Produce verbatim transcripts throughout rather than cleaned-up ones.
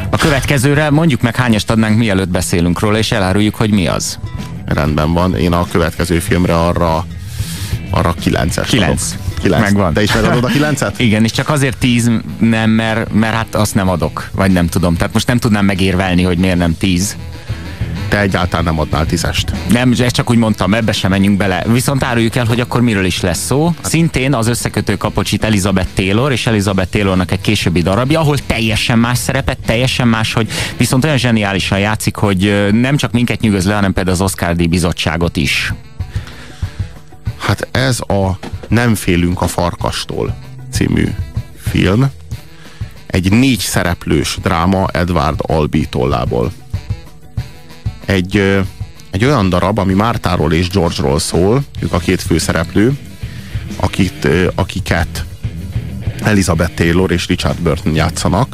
A következőre mondjuk meg, hányast adnánk, mielőtt beszélünk róla, és eláruljuk, hogy mi az. Rendben van. Én a következő filmre arra arra kilences. Kilenc. Kilenc. Megvan. Te is megadod a kilencet? Igen, és csak azért tíz nem, mert, mert hát azt nem adok, vagy nem tudom. Tehát most nem tudnám megérvelni, hogy miért nem tíz. Te egyáltalán nem adnál tízest. Nem, ezt csak úgy mondtam, ebbe sem menjünk bele. Viszont áruljuk el, hogy akkor miről is lesz szó. Szintén az összekötő kapocsit Elizabeth Taylor, és Elizabeth Taylornak egy későbbi darabja, ahol teljesen más szerepet, teljesen más, hogy viszont olyan zseniálisan játszik, hogy nem csak minket nyűgöz le, hanem például az Oscar-díj bizottságot is. Hát ez a Nem félünk a farkastól című film. Egy négy szereplős dráma Edward Albee tollából. Egy, egy olyan darab, ami Mártáról és George-ról szól, ők a két főszereplő, akit, akiket Elizabeth Taylor és Richard Burton játszanak.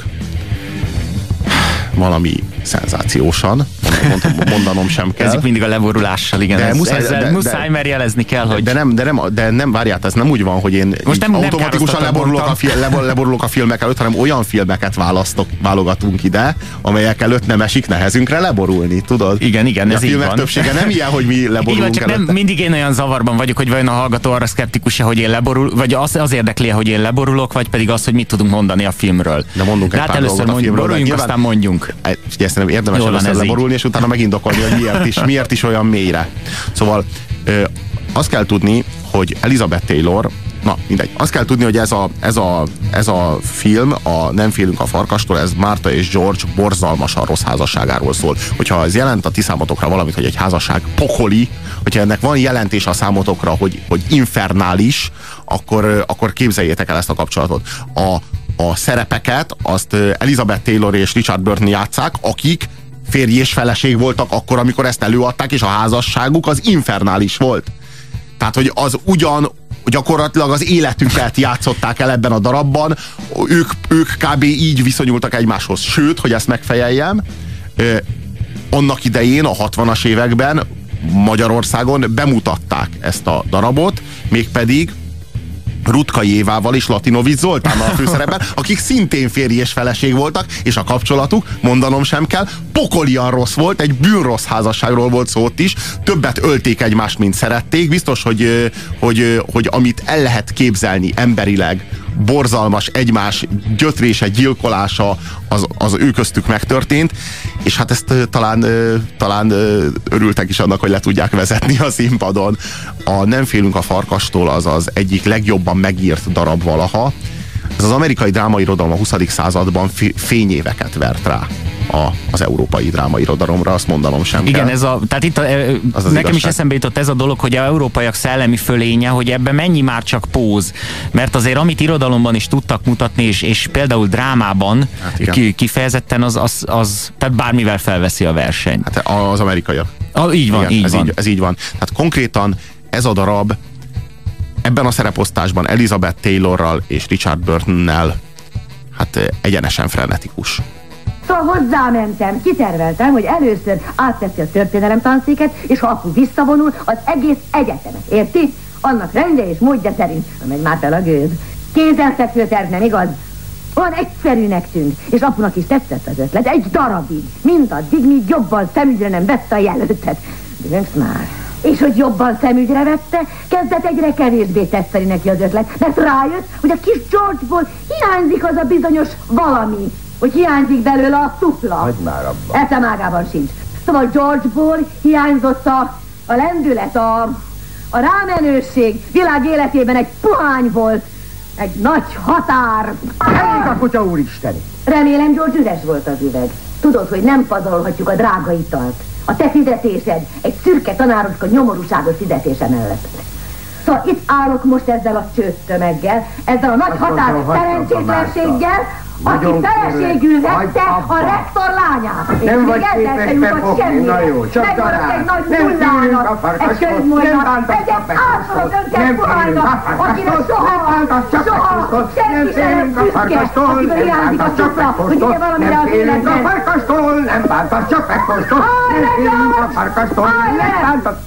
Valami szenzációsan, mondanom sem kell. Kezdjük mindig a leborulással, igen. De ez, muszáj, ezzel de, muszáj, mert jelezni kell, de, hogy... De nem, de, nem, de nem, várját, ez nem úgy van, hogy én most nem, automatikusan nem leborulok, a fi, leborulok a filmek előtt, hanem olyan filmeket választok, válogatunk ide, amelyek előtt nem esik nehezünkre leborulni, tudod? Igen, igen, ez így van. A filmek van. többsége nem ilyen, hogy mi leborulunk csak előtte. Nem, mindig én olyan zavarban vagyok, hogy vajon a hallgató arra szkeptikus-e, hogy én leborul, vagy az, az érdekli, hogy én leborulok, vagy pedig az, hogy mit tudunk mondani a filmről. De mondunk egy hát pár először dolgot a filmről. boruljunk, Nyilván, aztán mondjunk. Ugye szerintem érdemes Jól van, először ez leborulni, így. és utána megindokolni, hogy miért is, miért is olyan mélyre. Szóval ö, azt kell tudni, hogy Elizabeth Taylor, na mindegy, azt kell tudni, hogy ez a, ez a, ez a film, a Nem félünk a farkastól, ez Martha és George borzalmasan rossz házasságáról szól. Hogyha ez jelent a ti számotokra valamit, hogy egy házasság pokoli, hogyha ennek van jelentés a számotokra, hogy, hogy infernális, akkor, akkor képzeljétek el ezt a kapcsolatot. A, a szerepeket azt Elizabeth Taylor és Richard Burton játsszák, akik férj és feleség voltak akkor, amikor ezt előadták, és a házasságuk az infernális volt. Tehát, hogy az ugyan gyakorlatilag az életüket játszották el ebben a darabban, ők, ők kb. Így viszonyultak egymáshoz. Sőt, hogy ezt megfejeljem, eh, annak idején, a hatvanas években Magyarországon bemutatták ezt a darabot, mégpedig Rutkai Évával és Latinovics Zoltánnal a főszerepben, akik szintén férj és feleség voltak, és a kapcsolatuk, mondanom sem kell, pokolian rossz volt, egy bűnrossz házasságról volt szó ott is, többet ölték egymást, mint szerették, biztos, hogy, hogy, hogy amit el lehet képzelni emberileg, borzalmas egymás gyötrése, gyilkolása, az, az ő köztük megtörtént, és hát ezt talán, talán örültek is annak, hogy le tudják vezetni a színpadon. A Nem félünk a farkastól az az egyik legjobban megírt darab valaha. Ez az amerikai drámairodalom a huszadik században fényéveket vert rá a, az európai drámairodalomra, azt mondanom sem kell. Igen, ez a, tehát itt a, az az nekem igazság. Is eszembe jutott ez a dolog, hogy a európaiak szellemi fölénye, hogy ebben mennyi már csak póz. Mert azért amit irodalomban is tudtak mutatni, és, és például drámában hát ki, kifejezetten az, az, az, tehát bármivel felveszi a versenyt. Hát az amerikaiak. A, így van, igen, így ez van. Így, ez így van. Tehát konkrétan ez a darab ebben a szereposztásban Elizabeth Taylorral és Richard Burtonnel hát egyenesen frenetikus. Szóval hozzámentem, kiterveltem, hogy először átveszi a történelem tanszéket, és ha apu visszavonul, az egész egyetemet, érti? Annak rendje és módja szerint, megy már fel a gőz. Kézenfekvő terv, nem igaz? Olyan egyszerűnek tűnt, és apunak is tetszett az ötlet, egy darabig, mindaddig, míg jobban szemügyre nem vette a jelöltet. Döngsz már. És hogy jobban szemügyre vette, kezdett egyre kevésbé tetszeni neki az ötlet, mert rájött, hogy a kis George-ból hiányzik az a bizonyos valami, hogy hiányzik belőle a szupla. Hagyd már abba. Eszem ágában sincs. Szóval George-ból hiányzott a, a lendület, a, a rámenőség. Világ életében egy puhány volt, egy nagy határ. Elég a kutya, úristen! Remélem George üres volt az üveg. Tudod, hogy nem pazarolhatjuk a drága italt. A te fizetésed egy szürke tanároska nyomorúságos fizetése mellett. Szóval itt állok most ezzel a csőttömeggel, ezzel a nagy határ szerencsétlenséggel, aki feleségül vette a rektor lányát. Nem vagy képes befogni, na jó, csak darál. Nem félünk a farkastól, nem bántasz a farkastól, nem félünk a farkastól, nem bántasz csak farkastól, nem félünk a farkastól, nem bántasz csak farkastól, nem félünk a farkastól, nem bántasz csak farkastól, nem félünk a farkastól, nem bántasz.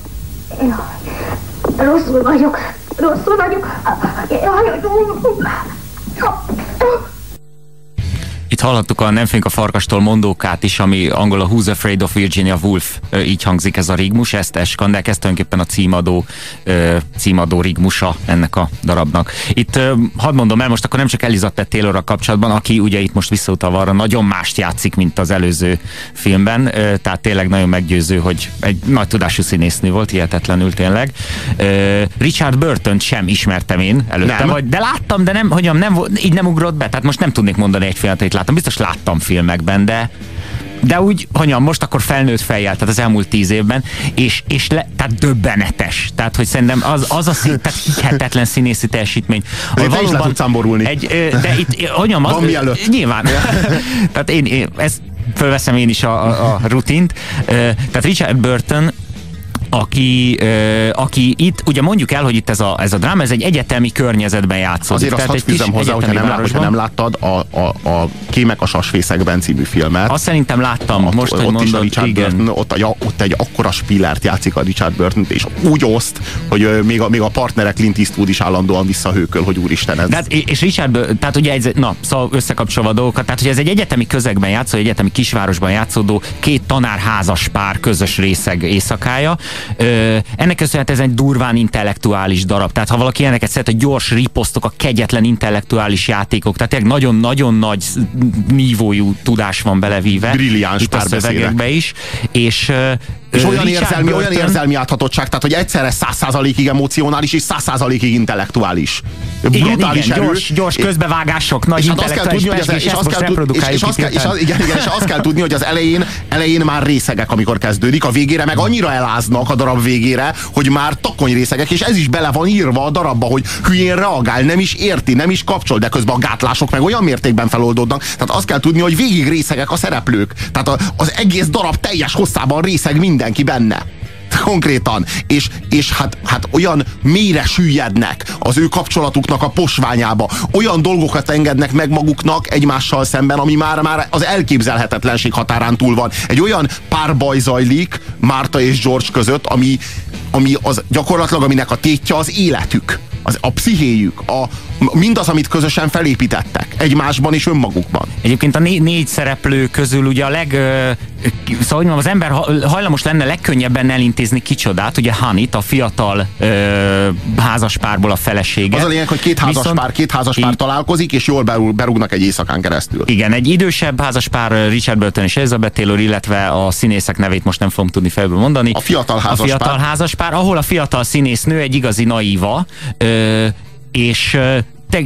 Rosszul vagyok, rosszul vagyok. Itt itt hallhattuk a Nem félünk a farkastól mondókát is, ami angol a Who's Afraid of Virginia Woolf, így hangzik ez a rigmus, ezt eskandák, ez tulajdonképpen a címadó, címadó rigmusa ennek a darabnak. Itt hadd mondom el, most akkor nem csak Elizabeth Taylorral kapcsolatban, aki ugye itt most visszautalva arra nagyon mást játszik, mint az előző filmben, tehát tényleg nagyon meggyőző, hogy egy nagy tudású színésznő volt, hihetetlenül tényleg. Richard Burton sem ismertem én előtte, vagy, de láttam, de nem, hogyan, nem, így nem ugrott be, tehát most nem tudnék mondani egy filmet, amit láttam, biztos láttam filmekben, de de úgy, hogyan, most akkor felnőtt fejjel, tehát az elmúlt tíz évben, és, és le, tehát döbbenetes. Tehát, hogy szerintem az, az a szín, tehát hihetetlen színészi teljesítmény. De te is le tudsz számborulni. Egy, de itt, hogyan, az, van mielőtt. Nyilván. Tehát én, én ezt fölveszem én is a, a, a rutint. Tehát Richard Burton, aki, ö, aki itt, ugye mondjuk el, hogy itt ez a, ez a dráma, ez egy egyetemi környezetben játszódik. Azért azt hadd fűzzem hozzá, hogyha nem, hogyha nem láttad a, a, a Kémek a sasfészekben című filmet. Azt szerintem láttam, ott, most, ott, hogy ott mondod, is a Richard igen. Burton, ott, a, ott egy akkora spillert játszik a Richard Burton, és úgy oszt, hogy még a, még a partnerek Clint Eastwood is állandóan visszahőköl, hogy úristen ez. De, és Richard Burton, tehát ugye ez, na, szóval összekapcsolva a dolgokat, tehát hogy ez egy egyetemi közegben játszó, egy egyetemi kisvárosban játszódó két tanárházas pár közös részeg éjszakája. Ö, ennek köszönhetően ez egy durván intellektuális darab. Tehát ha valaki ilyeneket szeret, hogy gyors riposztok, a kegyetlen intellektuális játékok, tehát nagyon-nagyon nagy nívójú tudás van belevíve. Brilliáns itt a szövegekbe is. És És olyan érzelmi, olyan érzelmi áthatottság, tehát hogy egyszerre száz százalékig emocionális és száz százalékig intellektuális. Igen, brutális igen, erő. Gyors, gyors közbevágások, nagy intellektuális pes, és ezt most reprodukáljuk itt. És azt kell tudni, hogy az elején, elején már részegek, amikor kezdődik, a végére meg annyira eláznak a darab végére, hogy már takony részegek, és ez is bele van írva a darabba, hogy hülyén reagál, nem is érti, nem is kapcsol, de közben a gátlások meg olyan mértékben feloldódnak. Tehát azt kell tudni, hogy végig részegek a szereplők. Tehát az egész darab teljes hosszában részeg mindenki benne. Konkrétan. És, és hát, hát olyan mélyre süllyednek az ő kapcsolatuknak a posványába. Olyan dolgokat engednek meg maguknak egymással szemben, ami már, már az elképzelhetetlenség határán túl van. Egy olyan párbaj zajlik Martha és George között, ami, ami az gyakorlatilag, aminek a tétje az életük. Az, a pszichéjük, a, mindaz, amit közösen felépítettek. Egymásban és önmagukban. Egyébként a né négy szereplő közül ugye a leg... Ö, szóval mondjam, az ember hajlamos lenne legkönnyebben elintézni kicsodát, ugye Hanit, a fiatal ö, házaspárból a felesége. Az a lényeg, hogy két házaspár, Viszont, két házaspár találkozik, és jól berúgnak egy éjszakán keresztül. Igen, egy idősebb házaspár, Richard Burton és Elizabeth Taylor, illetve a színészek nevét most nem fogom tudni felből mondani. A fiatal házaspár. A fiatal házaspár, ahol a fiatal színésznő egy igazi naíva, ö, és te,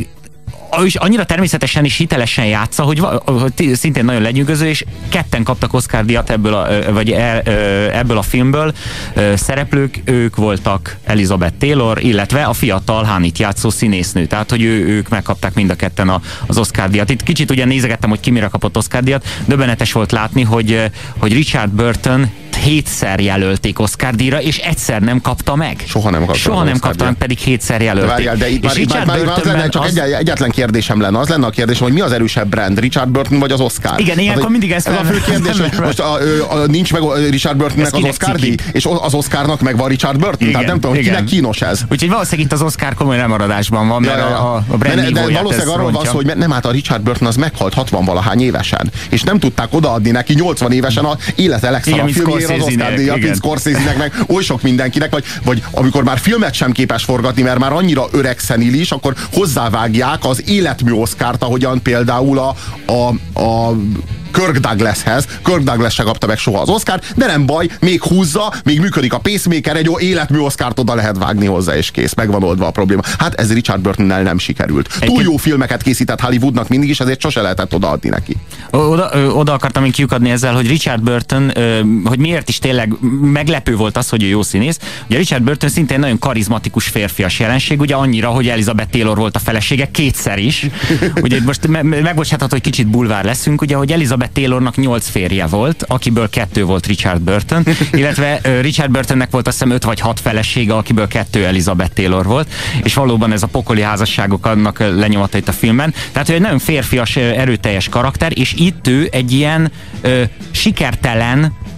és annyira természetesen és hitelesen játsza, hogy, hogy szintén nagyon lenyűgöző, és ketten kaptak Oscar-díjat ebből a, vagy ebből a filmből. Szereplők, ők voltak Elizabeth Taylor, illetve a fiatal Hanit játszó színésznő. Tehát, hogy ő, ők megkapták mind a ketten a, az Oscar-díjat. Itt kicsit ugye nézegettem, hogy ki mire kapott Oscar-díjat. Döbbenetes volt látni, hogy, hogy Richard Burton hétszer jelölték Oscar-díjra, és egyszer nem kapta meg. Soha nem kapta Soha nem kapta meg, pedig hétszer jelölték. De, várjál, de itt már, itt már, már az lenne, csak az... egy, egyetlen kérdésem lenne, az lenne a kérdésem, hogy mi az erősebb brand, Richard Burton vagy az Oscar? Igen, ilyenkor mindig ezt ez a fő kérdés, hogy most a, a, a, nincs meg Richard Burtonnek az Oscar-díj, és az Oscarnak meg van Richard Burton, igen, tehát nem tudom, igen. Kinek kínos ez. Úgyhogy valószínűleg itt az Oscar komoly lemaradásban van, mert ja, ja. a, a brand de, de valószínűleg arról van szó, hogy nem, hát a Richard Burton az meghalt hatvan-valahány évesen, és nem tudták odaadni neki nyolcvan évesen a élete legszarabb filmjére az Oscar-díjat, Scorsese-nek, meg oly sok mindenkinek, vagy, vagy amikor már filmet sem képes forgatni, mert már annyira öreg szenilis, akkor hozzávágják az életmű Oscart, ahogyan például a, a, a Kirk Douglashez. Kirk Douglas se kapta meg soha az Oscart, de nem baj, még húzza, még működik a pacemaker, egy életmű Oscart oda lehet vágni hozzá, és kész, megvan oldva a probléma. Hát ez Richard Burtonnel nem sikerült. Egy Túl jó filmeket készített Hollywoodnak mindig is, ezért sose lehetett odaadni neki. Oda, ö, oda akartam én kiukadni ezzel, hogy Richard Burton, ö, hogy miért is tényleg meglepő volt az, hogy ő jó színész. Ugye Richard Burton szintén nagyon karizmatikus férfias jelenség, ugye annyira, hogy Elizabeth Taylor volt a felesége kétszer is. Ugye most me megbocsátható, hogy kicsit bulvár leszünk, ugye, hogy Elizabeth Taylornak nyolc férje volt, akiből kettő volt Richard Burton, illetve uh, Richard Burtonnek volt azt hiszem öt vagy hat felesége, akiből kettő Elizabeth Taylor volt, és valóban ez a pokoli házasságok adnak lenyomata itt a filmben. Tehát ő egy nagyon férfias, erőteljes karakter, és itt ő egy ilyen uh, sikertelen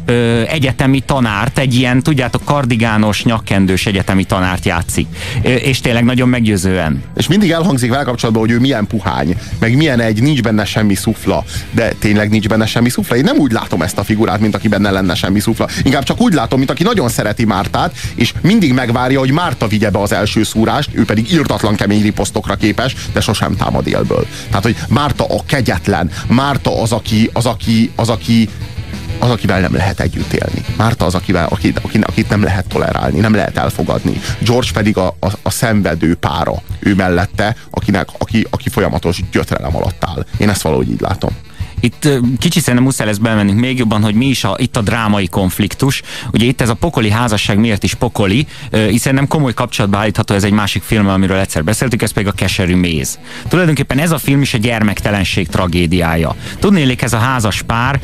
ö, egyetemi tanárt, egy ilyen, tudjátok, kardigános, nyakkendős egyetemi tanárt játszik. Ö, és tényleg nagyon meggyőzően. És mindig elhangzik vele kapcsolatban, hogy ő milyen puhány, meg milyen egy, nincs benne semmi szufla. De tényleg nincs benne semmi szufla? Én nem úgy látom ezt a figurát, mint aki benne lenne semmi szufla. Inkább csak úgy látom, mint aki nagyon szereti Mártát, és mindig megvárja, hogy Márta vigye be az első szúrást, ő pedig irdatlan kemény riposztokra képes, de sosem támad élből. Tehát, hogy Márta a kegyetlen, Márta az, aki, az, aki, az, aki az, akivel nem lehet együtt élni. Márta az, akivel, akit, akit nem lehet tolerálni, nem lehet elfogadni. George pedig a, a, a szenvedő pára ő mellette, akinek, aki, aki folyamatos gyötrelem alatt áll. Én ezt valahogy így látom. Itt kicsit szerintem muszáj lesz bemennünk még jobban, hogy mi is a, itt a drámai konfliktus. Ugye itt ez a pokoli házasság miért is pokoli, hiszen nem komoly kapcsolatba állítható, ez egy másik film, amiről egyszer beszéltük, ez pedig a Keserű méz. Tulajdonképpen ez a film is a gyermektelenség tragédiája. Tudnélik, ez a házas pár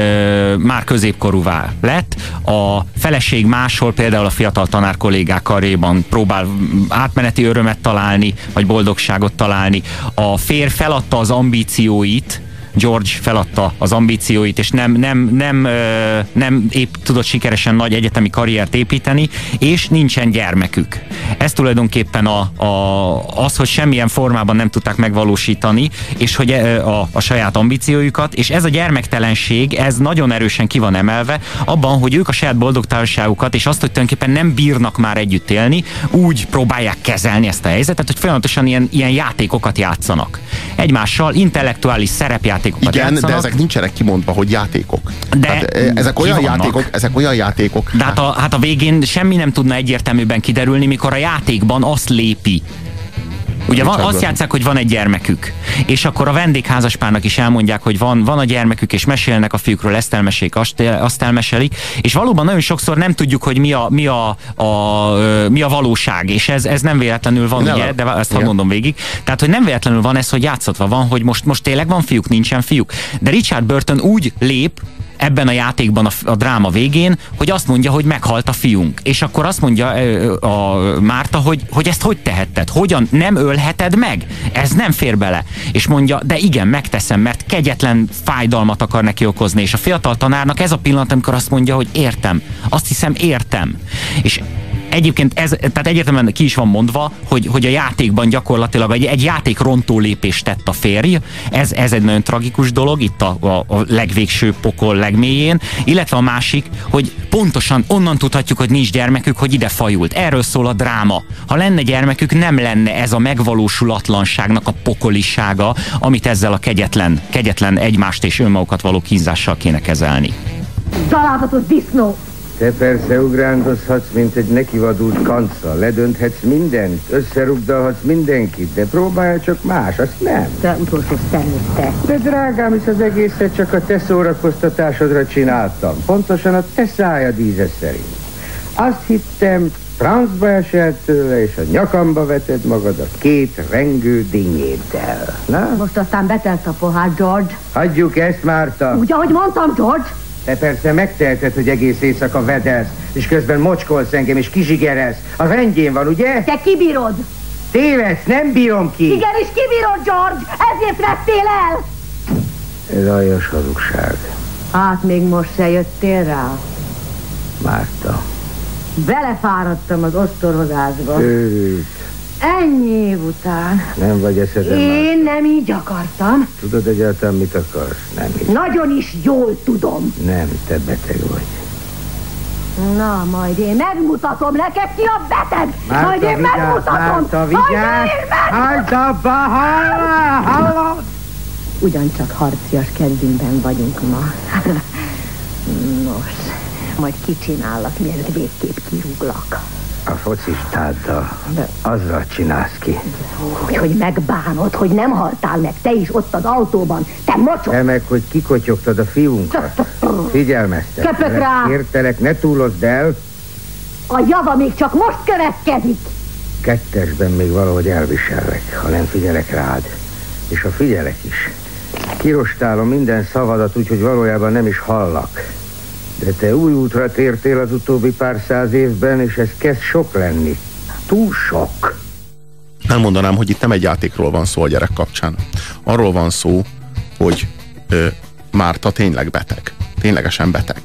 ö, már középkorúvá lett, a feleség máshol, például a fiatal tanár kollégák karjában próbál átmeneti örömet találni, vagy boldogságot találni. A férj feladta az ambícióit, George feladta az ambícióit, és nem, nem, nem, nem épp tudott sikeresen nagy egyetemi karriert építeni, és nincsen gyermekük. Ez tulajdonképpen a, a, az, hogy semmilyen formában nem tudták megvalósítani, és hogy a, a saját ambíciójukat, és ez a gyermektelenség, ez nagyon erősen ki van emelve abban, hogy ők a saját boldogtalanságukat, és azt, hogy tulajdonképpen nem bírnak már együtt élni, úgy próbálják kezelni ezt a helyzetet, hogy folyamatosan ilyen, ilyen játékokat játszanak. Egymással intellektuális szerepjáték. Igen, játszanak. De ezek nincsenek kimondva, hogy játékok. De hát, ezek olyan játékok, ezek olyan játékok. De hát a, hát a végén semmi nem tudna egyértelműben kiderülni, mikor a játékban azt lépi. Ugye van, azt játsszák, hogy van egy gyermekük, és akkor a vendégházaspárnak is elmondják, hogy van, van a gyermekük, és mesélnek a fiúkról, ezt elmesélik, azt, azt elmesélik, és valóban nagyon sokszor nem tudjuk, hogy mi a, mi a, a, a, mi a valóság, és ez, ez nem véletlenül van, ugye, de ezt ha mondom végig. Tehát, hogy nem véletlenül van ez, hogy játszatva van, hogy most, most tényleg van fiúk, nincsen fiúk. De Richard Burton úgy lép ebben a játékban a, a dráma végén, hogy azt mondja, hogy meghalt a fiunk. És akkor azt mondja a Márta, hogy, hogy ezt hogy tehetted? Hogyan nem ölheted meg? Ez nem fér bele. És mondja, de igen, megteszem, mert kegyetlen fájdalmat akar neki okozni. És a fiatal tanárnak ez a pillanat, amikor azt mondja, hogy értem. Azt hiszem, értem. És egyébként ez, tehát egyértelműen ki is van mondva, hogy, hogy a játékban gyakorlatilag egy, egy játékrontó lépést tett a férj. Ez, ez egy nagyon tragikus dolog, itt a, a, a legvégső pokol legmélyén. Illetve a másik, hogy pontosan onnan tudhatjuk, hogy nincs gyermekük, hogy ide fajult. Erről szól a dráma. Ha lenne gyermekük, nem lenne ez a megvalósulatlanságnak a pokolisága, amit ezzel a kegyetlen, kegyetlen egymást és önmagukat való kínzással kéne kezelni. Családatos disznó! Te persze ugrándozhatsz, mint egy nekivadult kanca, ledönthetsz mindent, összerugdalhatsz mindenkit, de próbálj csak más, azt nem. Te utolsó szemét, te. De drágám, hisz az egészet csak a te szórakoztatásodra csináltam, pontosan a te szájad íze szerint. Azt hittem, transzba esel tőle, és a nyakamba veted magad a két rengő dinnyéddel. Na? Most aztán betelt a pohár, George. Hagyjuk ezt, Márta. Úgy, ahogy mondtam, George. Te persze megteheted, hogy egész éjszaka vedelsz, és közben mocskolsz engem, és kizsigerelsz. Az rendjén van, ugye? Te kibírod. Tévedsz, nem bírom ki. Igenis kibírod, George, ezért vettél el. Ez aljas hazugság. Hát még most se jöttél rá. Márta. Belefáradtam az ostorhozásba. Őrült. Ennyi év után. Nem vagy eszedben. Én nem így akartam. Tudod egyáltalán, mit akarsz? Nem így. Nagyon is jól tudom. Nem, te beteg vagy. Na, majd én megmutatom neked, ki a beteg. Márta, majd én vigyázz, megmutatom. Márta, vigyázz. Hagyd abba, hallá, hallá. Ugyancsak harcias kedvünkben vagyunk ma. Nos, majd kicsinállak, mielőtt végképp kirúglak. A focistáddal. Azzal csinálsz ki. Hogy, hogy megbánod, hogy nem haltál meg, te is ott az autóban. Te mocsok! Te meg, hogy kikotyogtad a fiunkat. Figyelmeztek. Köpök rá! Kértelek, ne túlozd el. A java még csak most következik. Kettesben még valahogy elvisellek, ha nem figyelek rád. És ha figyelek is. Kirostálom minden szavadat, úgyhogy valójában nem is hallak. De te új útra tértél az utóbbi pár száz évben, és ez kezd sok lenni. Túl sok. Elmondanám, hogy itt nem egy játékról van szó a gyerek kapcsán. Arról van szó, hogy ö, Márta tényleg beteg. Ténylegesen beteg. És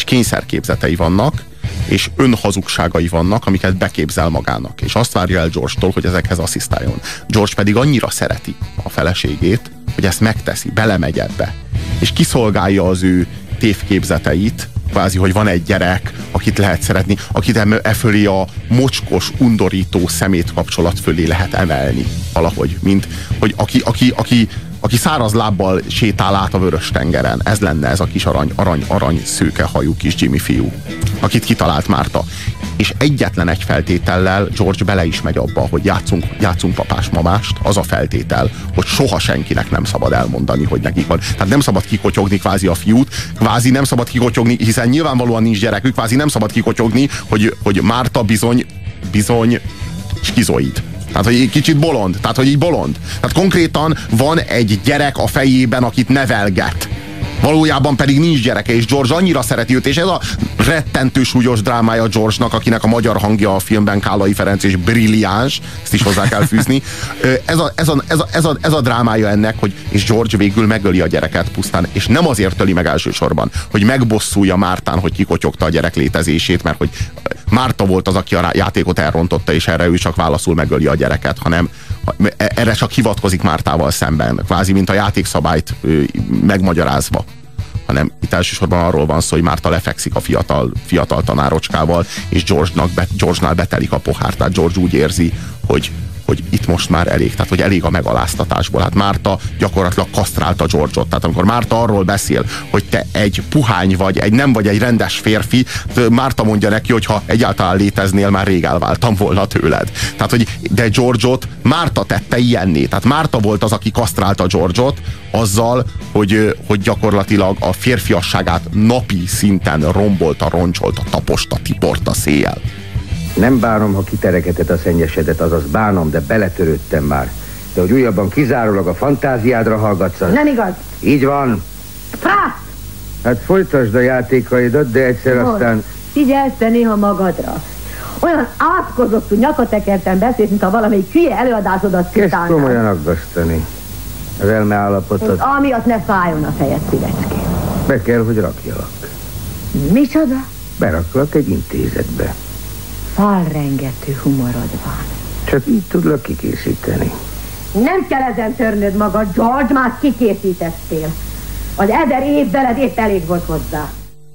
kényszerképzetei vannak, és önhazugságai vannak, amiket beképzel magának. És azt várja el George-tól, hogy ezekhez asszisztáljon. George pedig annyira szereti a feleségét, hogy ezt megteszi, belemegy ebbe. És kiszolgálja az ő tévképzeteit, kvázi, hogy van egy gyerek, akit lehet szeretni, akit e fölé a mocskos, undorító szemét kapcsolat fölé lehet emelni valahogy, mint hogy aki, aki, aki, aki száraz lábbal sétál át a Vörös-tengeren. Ez lenne ez a kis arany, arany, arany szőke hajú kis Jimmy fiú, akit kitalált Márta. És egyetlen egy feltétellel George bele is megy abba, hogy játszunk, játszunk papás-mamást, az a feltétel, hogy soha senkinek nem szabad elmondani, hogy nekik van. Tehát nem szabad kikotyogni kvázi a fiút, kvázi nem szabad kikotyogni, hiszen nyilvánvalóan nincs gyerekük, kvázi nem szabad kikotyogni, hogy, hogy Márta bizony, bizony skizoid. Tehát, hogy egy kicsit bolond. Tehát, hogy így bolond. Tehát konkrétan van egy gyerek a fejében, akit nevelget. Valójában pedig nincs gyereke, és George annyira szereti őt, és ez a rettentő súlyos drámája George-nak, akinek a magyar hangja a filmben Kállai Ferenc, és brilliáns, ezt is hozzá kell fűzni. Ez a, ez a, ez a, ez a, ez a drámája ennek, hogy és George végül megöli a gyereket pusztán, és nem azért öli meg elsősorban, hogy megbosszulja Mártán, hogy kikotyogta a gyerek létezését, mert hogy Márta volt az, aki a játékot elrontotta, és erre ő csak válaszul megöli a gyereket, hanem erre csak hivatkozik Mártával szemben, kvázi mint a játékszabályt megmagyarázva. Hanem itt elsősorban arról van szó, hogy Márta lefekszik a fiatal, fiatal tanárocskával, és George-nak be, George-nál betelik a pohár, tehát George úgy érzi, hogy, hogy itt most már elég, tehát hogy elég a megaláztatásból. Hát Márta gyakorlatilag kasztrálta George-ot, tehát amikor Márta arról beszél, hogy te egy puhány vagy, egy nem vagy egy rendes férfi, Márta mondja neki, hogy ha egyáltalán léteznél, már rég elváltam volna tőled. Tehát, hogy de George-ot Márta tette ilyenné, tehát Márta volt az, aki kasztrálta George-ot azzal, hogy, hogy gyakorlatilag a férfiasságát napi szinten rombolta, roncsolta, taposta, tiporta széjjel. Nem bánom, ha kiterekedett a szennyesedet, azaz bánom, de beletörődtem már. De hogy újabban kizárólag a fantáziádra hallgatsz. Nem igaz. Így van. Fá! Hát folytasd a játékaidat, de egyszer Most aztán... figyelsz te néha magadra. Olyan átkozottú nyakatekerten beszélsz, mintha valamelyik hülye előadásodat Kezd citálnál. komolyan aggasztani. Az elme állapotot. Amiatt ne fájjon a fejed, szívecském. Be kell, hogy rakjalak. Micsoda? Beraklak egy intézetbe. Falrengető humorod van. Csak így tudlak kikészíteni. Nem kell ezen törnöd magad, George, már kikészítettél. Az ezer év veled épp elég volt hozzá.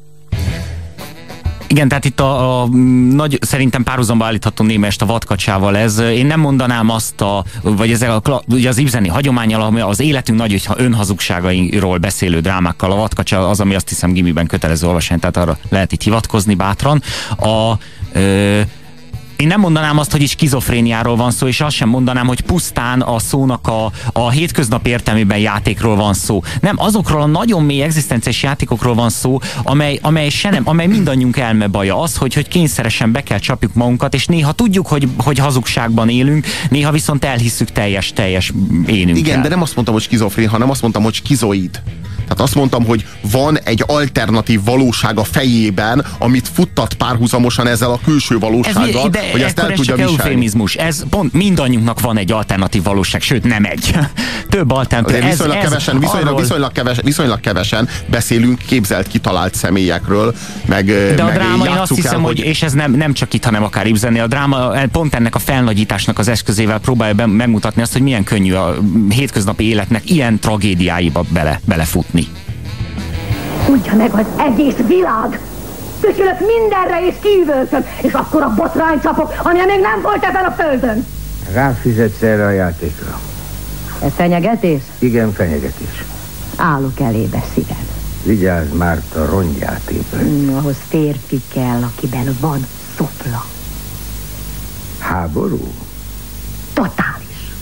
Igen, tehát itt a, a nagy, szerintem párhuzamba állítható némest a vadkacsával ez. Én nem mondanám azt, a, vagy ezzel a, ugye az ibseni hagyománnyal, ami az életünk nagy hogyha önhazugságairól beszélő drámákkal. A vadkacsa az, ami azt hiszem gimiben kötelező olvasni, tehát arra lehet itt hivatkozni bátran. A... Ö, Én nem mondanám azt, hogy is skizofréniáról van szó, és azt sem mondanám, hogy pusztán a szónak a, a hétköznap értelmében játékról van szó. Nem, azokról a nagyon mély egzisztenciális játékokról van szó, amely, amely, se nem, amely mindannyiunk elmebaja. Az, hogy, hogy kényszeresen be kell csapjuk magunkat, és néha tudjuk, hogy, hogy hazugságban élünk, néha viszont elhisszük teljes, teljes énünkkel. Igen, de nem azt mondtam, hogy skizofrén, hanem azt mondtam, hogy skizoid. Tehát azt mondtam, hogy van egy alternatív valóság a fejében, amit futtat párhuzamosan ezzel a külső valósággal, ez, de hogy ezt el ez tudja csak viselni. Eufémizmus. Ez pont mindannyiunknak van egy alternatív valóság, sőt nem egy. Több alternatív. Viszonylag, ez, kevesen, ez viszonylag, arról... viszonylag, kevesen, viszonylag kevesen beszélünk képzelt, kitalált személyekről, meg de a meg dráma, én azt hiszem, el, hogy, és ez nem, nem csak itt, hanem akár Ibsennél, a dráma pont ennek a felnagyításnak az eszközével próbálja be, megmutatni azt, hogy milyen könnyű a hétköznapi életnek ilyen tragédiáiba bele, belefutni. Tudja meg az egész világ! Köszönök mindenre és kívülsön, és akkor a botrány csapok, amilyen még nem volt ezen a földön! Ráfizetsz erre a játékra? Ez fenyegetés? Igen, fenyegetés. Állok elébe szívem. Vigyázz, Márta, rongyát épre. Mm, ahhoz férfi kell, akiben van szopla. Háború? Totális.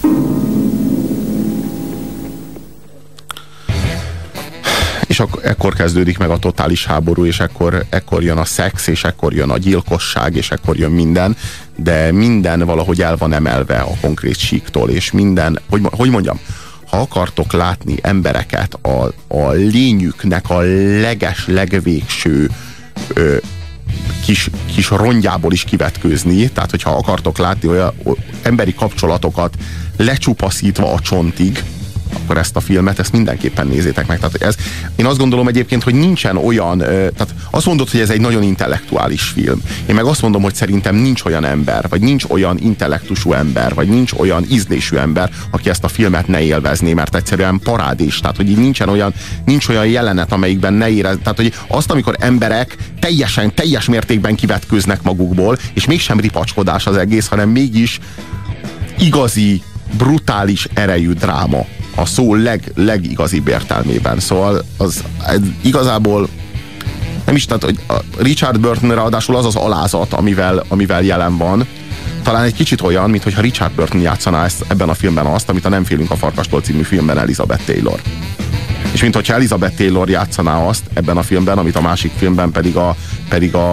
És ak- ekkor kezdődik meg a totális háború, és ekkor, ekkor jön a szex, és ekkor jön a gyilkosság, és ekkor jön minden, de minden valahogy el van emelve a konkrét síktól, és minden, hogy, hogy mondjam, ha akartok látni embereket a, a lényüknek a leges, legvégső ö, kis, kis rongyából is kivetkőzni, tehát hogyha akartok látni olyan emberi kapcsolatokat lecsupaszítva a csontig, akkor ezt a filmet, ezt mindenképpen nézzétek meg. Tehát ez, én azt gondolom egyébként, hogy nincsen olyan, tehát azt mondod, hogy ez egy nagyon intellektuális film. Én meg azt mondom, hogy szerintem nincs olyan ember, vagy nincs olyan intellektusú ember, vagy nincs olyan ízlésű ember, aki ezt a filmet ne élvezné, mert egyszerűen parádés. Tehát, hogy így nincsen olyan, nincs olyan jelenet, amelyikben ne érez. Tehát, hogy azt, amikor emberek teljesen, teljes mértékben kivetkőznek magukból, és mégsem ripacskodás az egész, hanem mégis igazi, brutális erejű dráma. A szó leg, legigazibb értelmében. Szóval az ez igazából nem is, tehát, hogy a Richard Burton ráadásul az az alázat, amivel, amivel jelen van, talán egy kicsit olyan, mintha Richard Burton játszaná ezt, ebben a filmben azt, amit a Nem félünk a farkastól című filmben Elizabeth Taylor. És mintha Elizabeth Taylor játszaná azt ebben a filmben, amit a másik filmben pedig a, pedig a,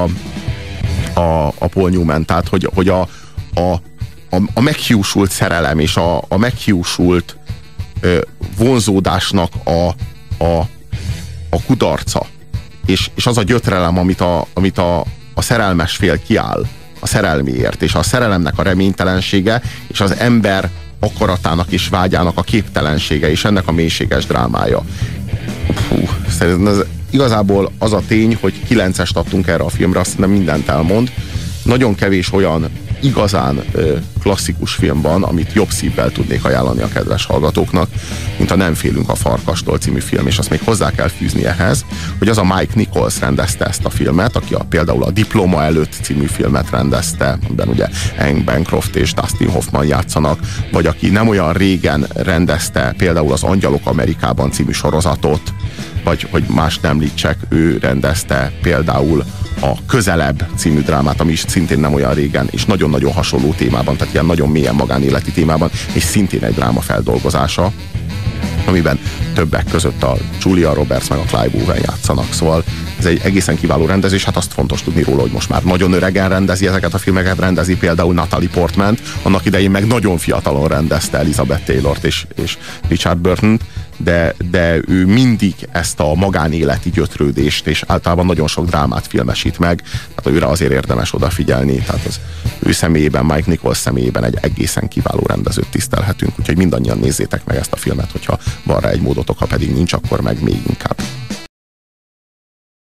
a, a Paul Newman. Tehát, hogy, hogy a, a, a, a meghiúsult szerelem és a, a meghiúsult ö, vonzódásnak a, a, a kudarca. És, és az a gyötrelem, amit, a, amit a, a szerelmes fél kiáll a szerelméért, és a szerelemnek a reménytelensége, és az ember akaratának és vágyának a képtelensége, és ennek a mélységes drámája. Hú, szerintem ez igazából az a tény, hogy kilencest adtunk erre a filmre, azt nem mindent elmond. Nagyon kevés olyan igazán ö, klasszikus film van, amit jobb szívvel tudnék ajánlani a kedves hallgatóknak, mint a Nem félünk a farkastól című film, és azt még hozzá kell fűzni ehhez, hogy az a Mike Nichols rendezte ezt a filmet, aki a, például a Diploma előtt című filmet rendezte, amiben ugye Anne Bancroft és Dustin Hoffman játszanak, vagy aki nem olyan régen rendezte például az Angyalok Amerikában című sorozatot, vagy hogy más nem említsek, ő rendezte például a Közelebb című drámát, ami is szintén nem olyan régen, és nagyon-nagyon hasonló témában, tehát ilyen nagyon mélyen magánéleti témában, és szintén egy dráma feldolgozása, amiben többek között a Julia Roberts meg a Clive Owen játszanak. Szóval ez egy egészen kiváló rendezés, hát azt fontos tudni róla, hogy most már nagyon öregen rendezi ezeket a filmeket, rendezi például Natalie Portman, annak idején meg nagyon fiatalon rendezte Elizabeth Taylort és, és Richard Burtont, de, de ő mindig ezt a magánéleti gyötrődést, és általában nagyon sok drámát filmesít meg, tehát őre azért érdemes odafigyelni, tehát az ő személyében, Mike Nichols személyében egy egészen kiváló rendezőt tisztelhetünk, úgyhogy mindannyian nézzétek meg ezt a filmet, hogyha van rá egy módotok, ha pedig nincs, akkor meg még inkább.